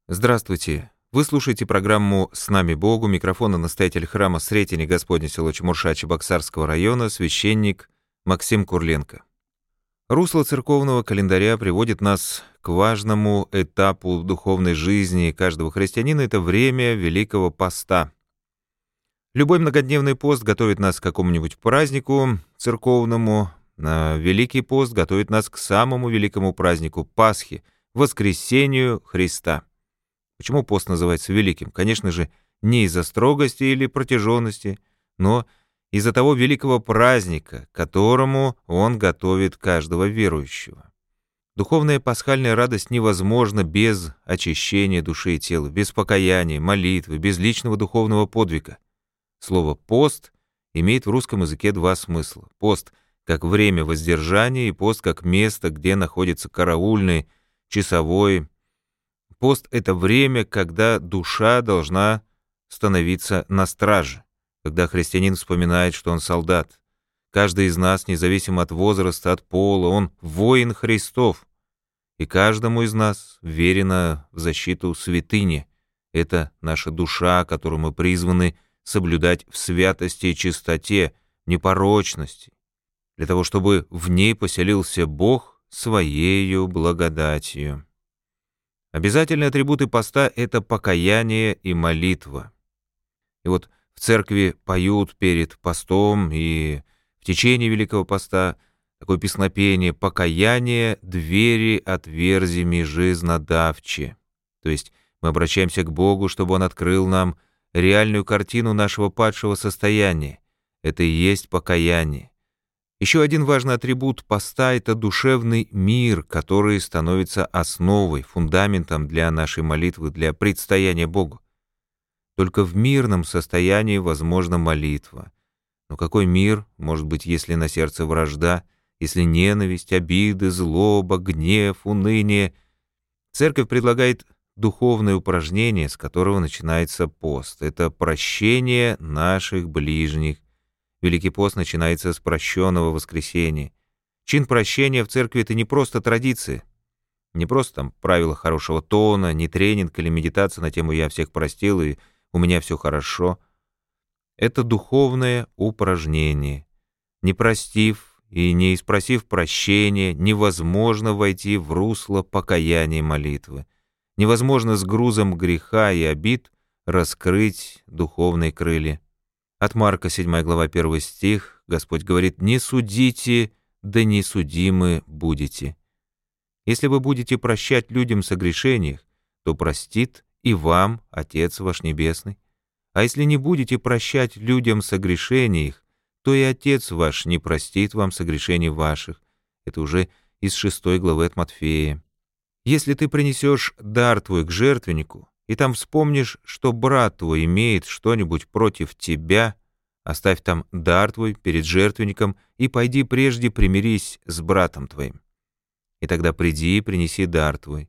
Здравствуйте! Вы слушаете программу «С нами Богу». Микрофона настоятель храма Сретения Господня село Чемурша Чебоксарского района, священник Максим Курленко. Русло церковного календаря приводит нас к важному этапу духовной жизни каждого христианина – это время Великого Поста. Любой многодневный пост готовит нас к какому-нибудь празднику церковному, а Великий пост готовит нас к самому великому празднику – Пасхе, воскресению Христа. Почему пост называется великим? Конечно же, не из-за строгости или протяженности, но из-за того великого праздника, к которому он готовит каждого верующего. Духовная пасхальная радость невозможна без очищения души и тела, без покаяния, молитвы, без личного духовного подвига. Слово «пост» имеет в русском языке два смысла. Пост как время воздержания и пост как место, где находится караульный, часовой. Пост — это время, когда душа должна становиться на страже, когда христианин вспоминает, что он солдат. Каждый из нас, независимо от возраста, от пола, он воин Христов. И каждому из нас верено в защиту святыни. Это наша душа, которую мы призваны соблюдать в святости и чистоте, непорочности, для того, чтобы в ней поселился Бог Своею благодатью. Обязательные атрибуты поста — это покаяние и молитва. И вот в церкви поют перед постом и в течение Великого Поста такое песнопение «Покаяние двери отверзи межи знадавче». То есть мы обращаемся к Богу, чтобы Он открыл нам реальную картину нашего падшего состояния. Это и есть покаяние. Еще один важный атрибут поста — это душевный мир, который становится основой, фундаментом для нашей молитвы, для предстояния Богу. Только в мирном состоянии возможна молитва. Но какой мир может быть, если на сердце вражда, если ненависть, обиды, злоба, гнев, уныние? Церковь предлагает духовное упражнение, с которого начинается пост. Это прощение наших ближних. Великий пост начинается с прощенного воскресения. Чин прощения в церкви — это не просто традиция, не просто там правила хорошего тона, не тренинг или медитация на тему «я всех простил» и «у меня все хорошо». Это духовное упражнение. Не простив и не испросив прощения, невозможно войти в русло покаяния и молитвы. Невозможно с грузом греха и обид раскрыть духовные крылья. От Марка, 7 глава, 1 стих, Господь говорит: «Не судите, да не судимы будете». Если вы будете прощать людям согрешениях, то простит и вам Отец ваш Небесный. А если не будете прощать людям согрешениях, то и Отец ваш не простит вам согрешений ваших. Это уже из 6 главы от Матфея. Если ты принесешь дар твой к жертвеннику, и там вспомнишь, что брат твой имеет что-нибудь против тебя, оставь там дар твой перед жертвенником и пойди прежде примирись с братом твоим. И тогда приди и принеси дар твой.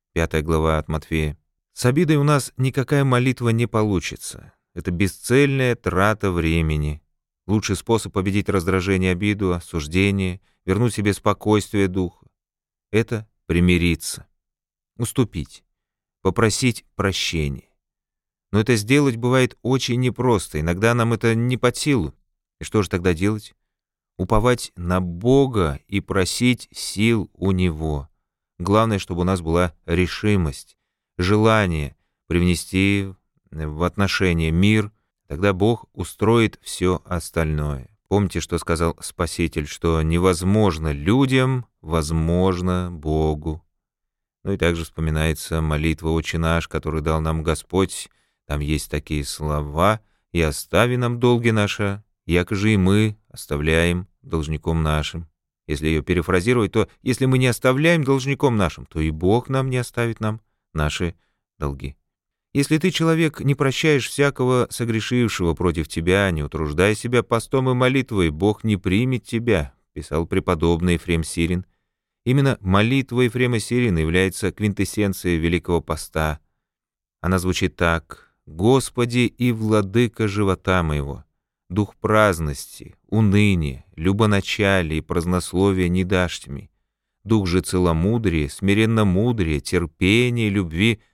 5 глава от Матфея. С обидой у нас никакая молитва не получится. Это бесцельная трата времени. Лучший способ победить раздражение, обиду, осуждение, вернуть себе спокойствие духа — это примириться, уступить, попросить прощения. Но это сделать бывает очень непросто, иногда нам это не под силу. И что же тогда делать? Уповать на Бога и просить сил у Него. Главное, чтобы у нас была решимость, желание привнести в отношения мир, тогда Бог устроит все остальное. Помните, что сказал Спаситель, что невозможно людям, возможно Богу. Ну и также вспоминается молитва «Отче наш», которую дал нам Господь. Там есть такие слова: «И остави нам долги наши, яко же и мы оставляем должником нашим». Если ее перефразировать, то если мы не оставляем должником нашим, то и Бог нам не оставит нам наши долги. Если ты, человек, не прощаешь всякого согрешившего против тебя, не утруждай себя постом и молитвой, Бог не примет тебя, писал преподобный Ефрем Сирин. Именно молитва Ефрема Сирина является квинтэссенцией Великого Поста. Она звучит так: «Господи и владыка живота моего, дух праздности, уныния, любоначалия и празднословия не дашь мне. Дух же целомудрия, смиренномудрия, терпения, любви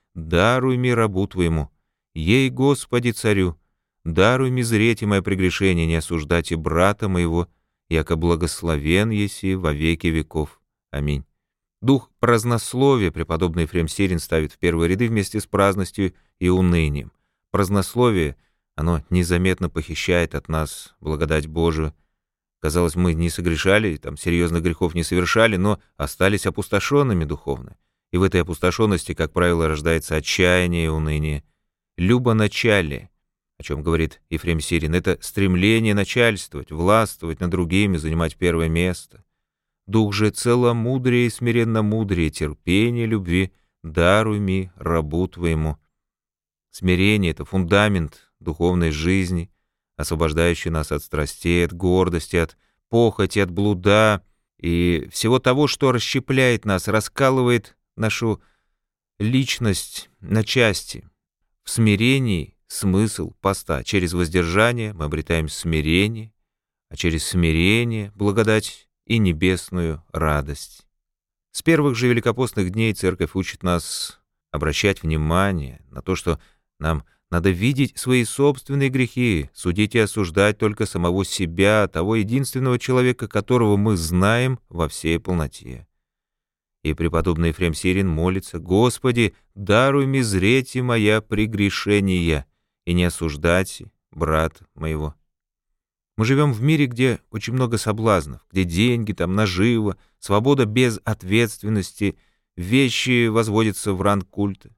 даруй ми рабу Твоему. Ей, Господи, царю, даруй ми зреть и мое прегрешение, не осуждать и брата моего, яко благословен еси во веки веков. Аминь. Дух празднословия преподобный Ефрем Сирин ставит в первые ряды вместе с праздностью и унынием. Празднословие, оно незаметно похищает от нас благодать Божию. Казалось, мы не согрешали, там серьезных грехов не совершали, но остались опустошенными духовно. И в этой опустошенности, как правило, рождается отчаяние и уныние. Любоначалие, о чем говорит Ефрем Сирин, это стремление начальствовать, властвовать над другими, занимать первое место. Дух же целомудрия и смиренномудрия, терпения, любви, даруй ми рабу Твоему. Смирение — это фундамент духовной жизни, освобождающий нас от страстей, от гордости, от похоти, от блуда и всего того, что расщепляет нас, раскалывает нашу личность на части. В смирении смысл поста. Через воздержание мы обретаем смирение, а через смирение — благодать и небесную радость. С первых же великопостных дней Церковь учит нас обращать внимание на то, что нам надо видеть свои собственные грехи, судить и осуждать только самого себя, того единственного человека, которого мы знаем во всей полноте. И преподобный Ефрем Сирин молится: «Господи, даруй ми зреть и моя прегрешения, и не осуждать брата моего». Мы живем в мире, где очень много соблазнов, где деньги, там нажива, свобода без ответственности, вещи возводятся в ранг культа.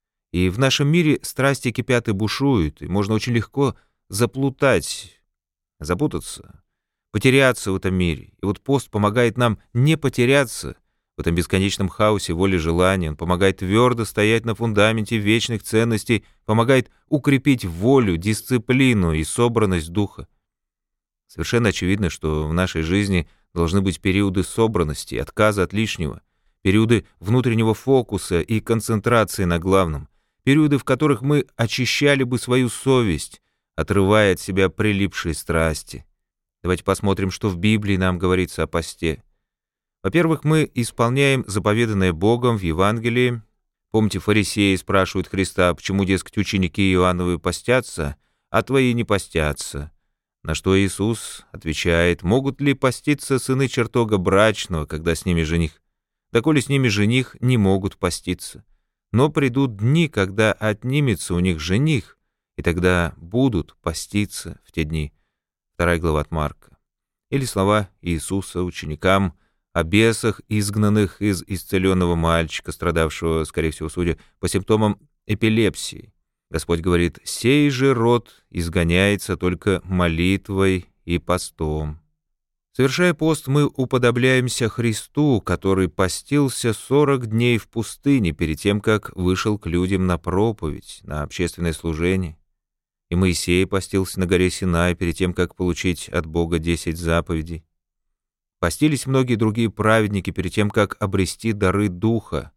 И в нашем мире страсти кипят и бушуют, и можно очень легко заплутать, запутаться, потеряться в этом мире. И вот пост помогает нам не потеряться в этом бесконечном хаосе воли желания. Он помогает твердо стоять на фундаменте вечных ценностей, помогает укрепить волю, дисциплину и собранность духа. Совершенно очевидно, что в нашей жизни должны быть периоды собранности, отказа от лишнего, периоды внутреннего фокуса и концентрации на главном, периоды, в которых мы очищали бы свою совесть, отрывая от себя прилипшие страсти. Давайте посмотрим, что в Библии нам говорится о посте. Во-первых, мы исполняем заповеданное Богом в Евангелии. Помните, фарисеи спрашивают Христа, почему, дескать, ученики Иоанновы постятся, а твои не постятся. На что Иисус отвечает: могут ли поститься сыны чертога брачного, когда с ними жених? Доколе с ними жених, не могут поститься. Но придут дни, когда отнимется у них жених, и тогда будут поститься в те дни. 2 глава от Марка. Или слова Иисуса ученикам о бесах, изгнанных из исцеленного мальчика, страдавшего, скорее всего, судя по симптомам эпилепсии. Господь говорит: «Сей же род изгоняется только молитвой и постом». Совершая пост, мы уподобляемся Христу, который постился 40 дней в пустыне перед тем, как вышел к людям на проповедь, на общественное служение. И Моисей постился на горе Синай перед тем, как получить от Бога 10 заповедей. Постились многие другие праведники перед тем, как обрести дары Духа.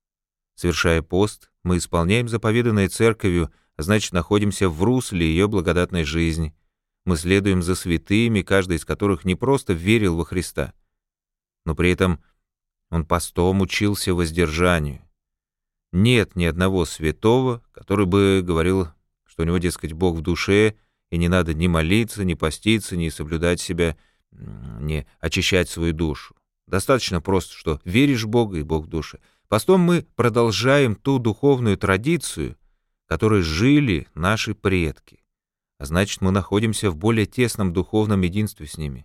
Совершая пост, мы исполняем заповеданное Церковью, а значит, находимся в русле ее благодатной жизни. Мы следуем за святыми, каждый из которых не просто верил во Христа, но при этом он постом учился воздержанию. Нет ни одного святого, который бы говорил, что у него, дескать, Бог в душе, и не надо ни молиться, ни поститься, ни соблюдать себя, не очищать свою душу. Достаточно просто, что веришь в Бога, и Бог в душе. Постом мы продолжаем ту духовную традицию, которой жили наши предки, а значит, мы находимся в более тесном духовном единстве с ними.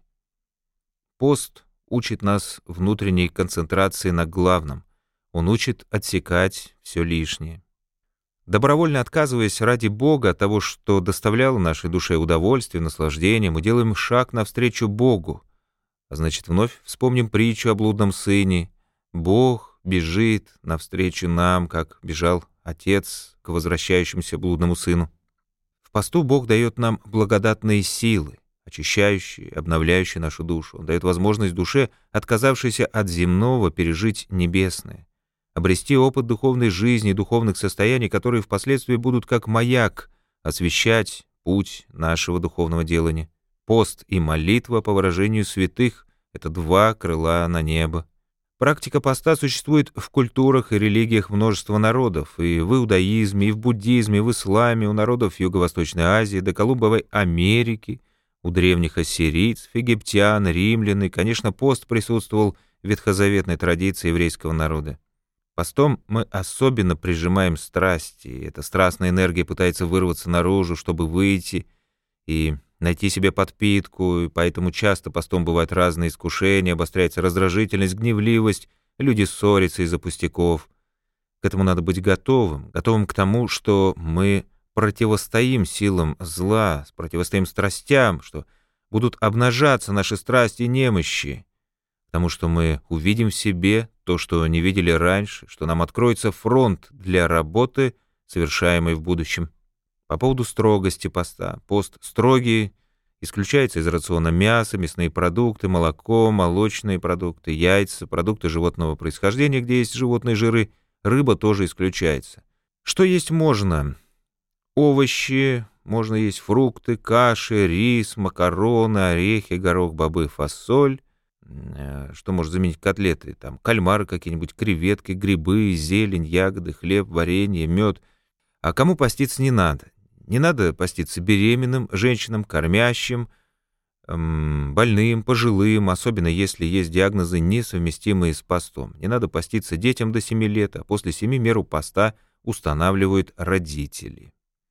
Пост учит нас внутренней концентрации на главном. Он учит отсекать все лишнее. Добровольно отказываясь ради Бога от того, что доставляло нашей душе удовольствие, наслаждение, мы делаем шаг навстречу Богу. А значит, вновь вспомним притчу о блудном сыне. Бог бежит навстречу нам, как бежал отец к возвращающемуся блудному сыну. В посту Бог дает нам благодатные силы, очищающие, обновляющие нашу душу. Он дает возможность душе, отказавшейся от земного, пережить небесное, обрести опыт духовной жизни, духовных состояний, которые впоследствии будут как маяк освещать путь нашего духовного делания. Пост и молитва, по выражению святых, — это два крыла на небо. Практика поста существует в культурах и религиях множества народов, и в иудаизме, и в буддизме, и в исламе, у народов Юго-Восточной Азии, до Колумбовой Америки, у древних ассирийцев, египтян, римлян, и, конечно, пост присутствовал в ветхозаветной традиции еврейского народа. Постом мы особенно прижимаем страсти, и эта страстная энергия пытается вырваться наружу, чтобы выйти и найти себе подпитку, и поэтому часто постом бывают разные искушения, обостряется раздражительность, гневливость, люди ссорятся из-за пустяков. К этому надо быть готовым к тому, что мы противостоим силам зла, противостоим страстям, что будут обнажаться наши страсти и немощи, потому что мы увидим в себе то, что не видели раньше, что нам откроется фронт для работы, совершаемой в будущем. По поводу строгости поста. Пост строгий, исключается из рациона мясо, мясные продукты, молоко, молочные продукты, яйца, продукты животного происхождения, где есть животные жиры, рыба тоже исключается. Что есть можно? Овощи, можно есть фрукты, каши, рис, макароны, орехи, горох, бобы, фасоль. Что может заменить котлеты? Там кальмары какие-нибудь, креветки, грибы, зелень, ягоды, хлеб, варенье, мед. А кому поститься не надо? Не надо поститься беременным, женщинам, кормящим, больным, пожилым, особенно если есть диагнозы, несовместимые с постом. Не надо поститься детям до 7 лет, а после 7 меру поста устанавливают родители.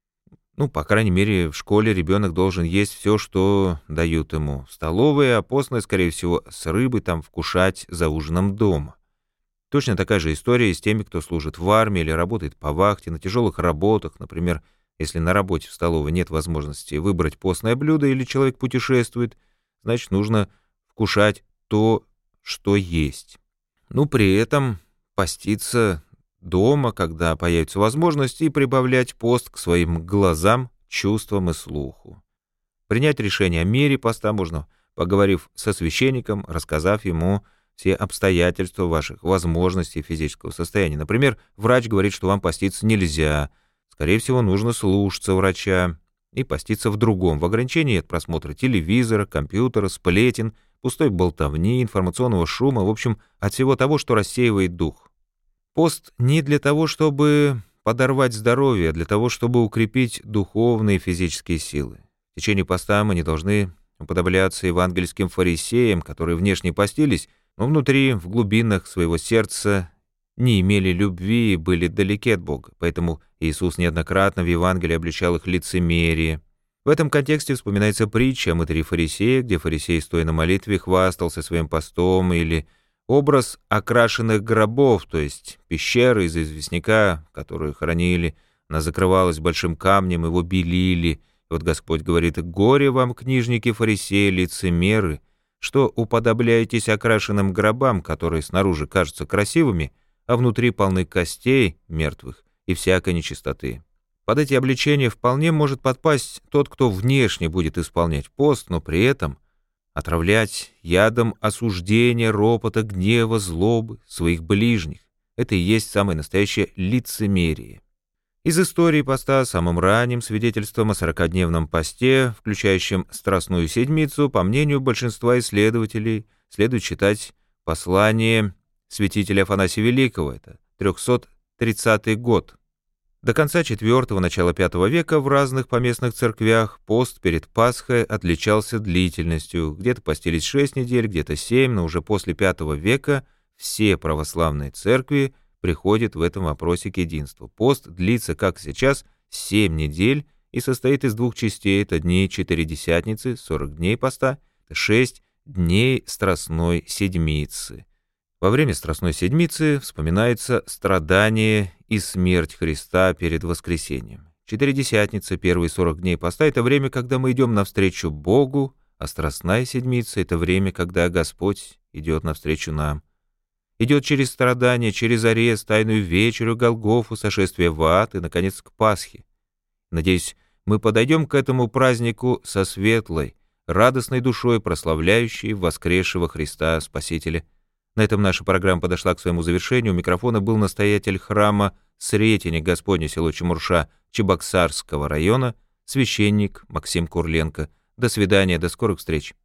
По крайней мере, в школе ребенок должен есть все, что дают ему в столовой, а постное, скорее всего, с рыбой там вкушать за ужином дома. Точно такая же история с теми, кто служит в армии или работает по вахте, на тяжелых работах, например, если на работе в столовой нет возможности выбрать постное блюдо или человек путешествует, значит, нужно вкушать то, что есть. При этом поститься дома, когда появится возможность, и прибавлять пост к своим глазам, чувствам и слуху. Принять решение о мере поста можно, поговорив со священником, рассказав ему все обстоятельства ваших возможностей физического состояния. Например, врач говорит, что вам поститься нельзя. Скорее всего, нужно слушаться врача и поститься в другом, в ограничении от просмотра телевизора, компьютера, сплетен, пустой болтовни, информационного шума, в общем, от всего того, что рассеивает дух. Пост не для того, чтобы подорвать здоровье, а для того, чтобы укрепить духовные и физические силы. В течение поста мы не должны уподобляться евангельским фарисеям, которые внешне постились, но внутри, в глубинах своего сердца, не имели любви и были далеки от Бога. Поэтому Иисус неоднократно в Евангелии обличал их лицемерие. В этом контексте вспоминается притча о мытаре фарисея, где фарисей, стоя на молитве, хвастался своим постом, или образ окрашенных гробов, то есть пещеры из известняка, которую хоронили, она закрывалась большим камнем, его белили. И вот Господь говорит: «Горе вам, книжники, фарисеи, лицемеры, что уподобляетесь окрашенным гробам, которые снаружи кажутся красивыми, а внутри полны костей мертвых и всякой нечистоты». Под эти обличения вполне может подпасть тот, кто внешне будет исполнять пост, но при этом отравлять ядом осуждения, ропота, гнева, злобы своих ближних. Это и есть самое настоящее лицемерие. Из истории поста самым ранним свидетельством о 40-дневном посте, включающем Страстную Седмицу, по мнению большинства исследователей, следует считать послание святителя Афанасия Великого, это 330 год. До конца IV – начала V века в разных поместных церквях пост перед Пасхой отличался длительностью. Где-то постились 6 недель, где-то 7, но уже после V века все православные церкви приходят в этом вопросе к единству. Пост длится, как сейчас, 7 недель и состоит из 2 частей. Это дни Четыредесятницы, 40 дней поста, 6 дней Страстной Седмицы. Во время Страстной Седмицы вспоминается страдание и смерть Христа перед воскресением. Четыредесятница, первые 40 дней поста — это время, когда мы идем навстречу Богу, а Страстная Седмица — это время, когда Господь идет навстречу нам. Идет через страдания, через арест, Тайную вечерю, Голгофу, сошествие в ад и, наконец, к Пасхе. Надеюсь, мы подойдем к этому празднику со светлой, радостной душой, прославляющей воскресшего Христа Спасителя. На этом наша программа подошла к своему завершению. У микрофона был настоятель храма Сретения Господня, село Чемурша, Чебоксарского района, священник Максим Курленко. До свидания, до скорых встреч.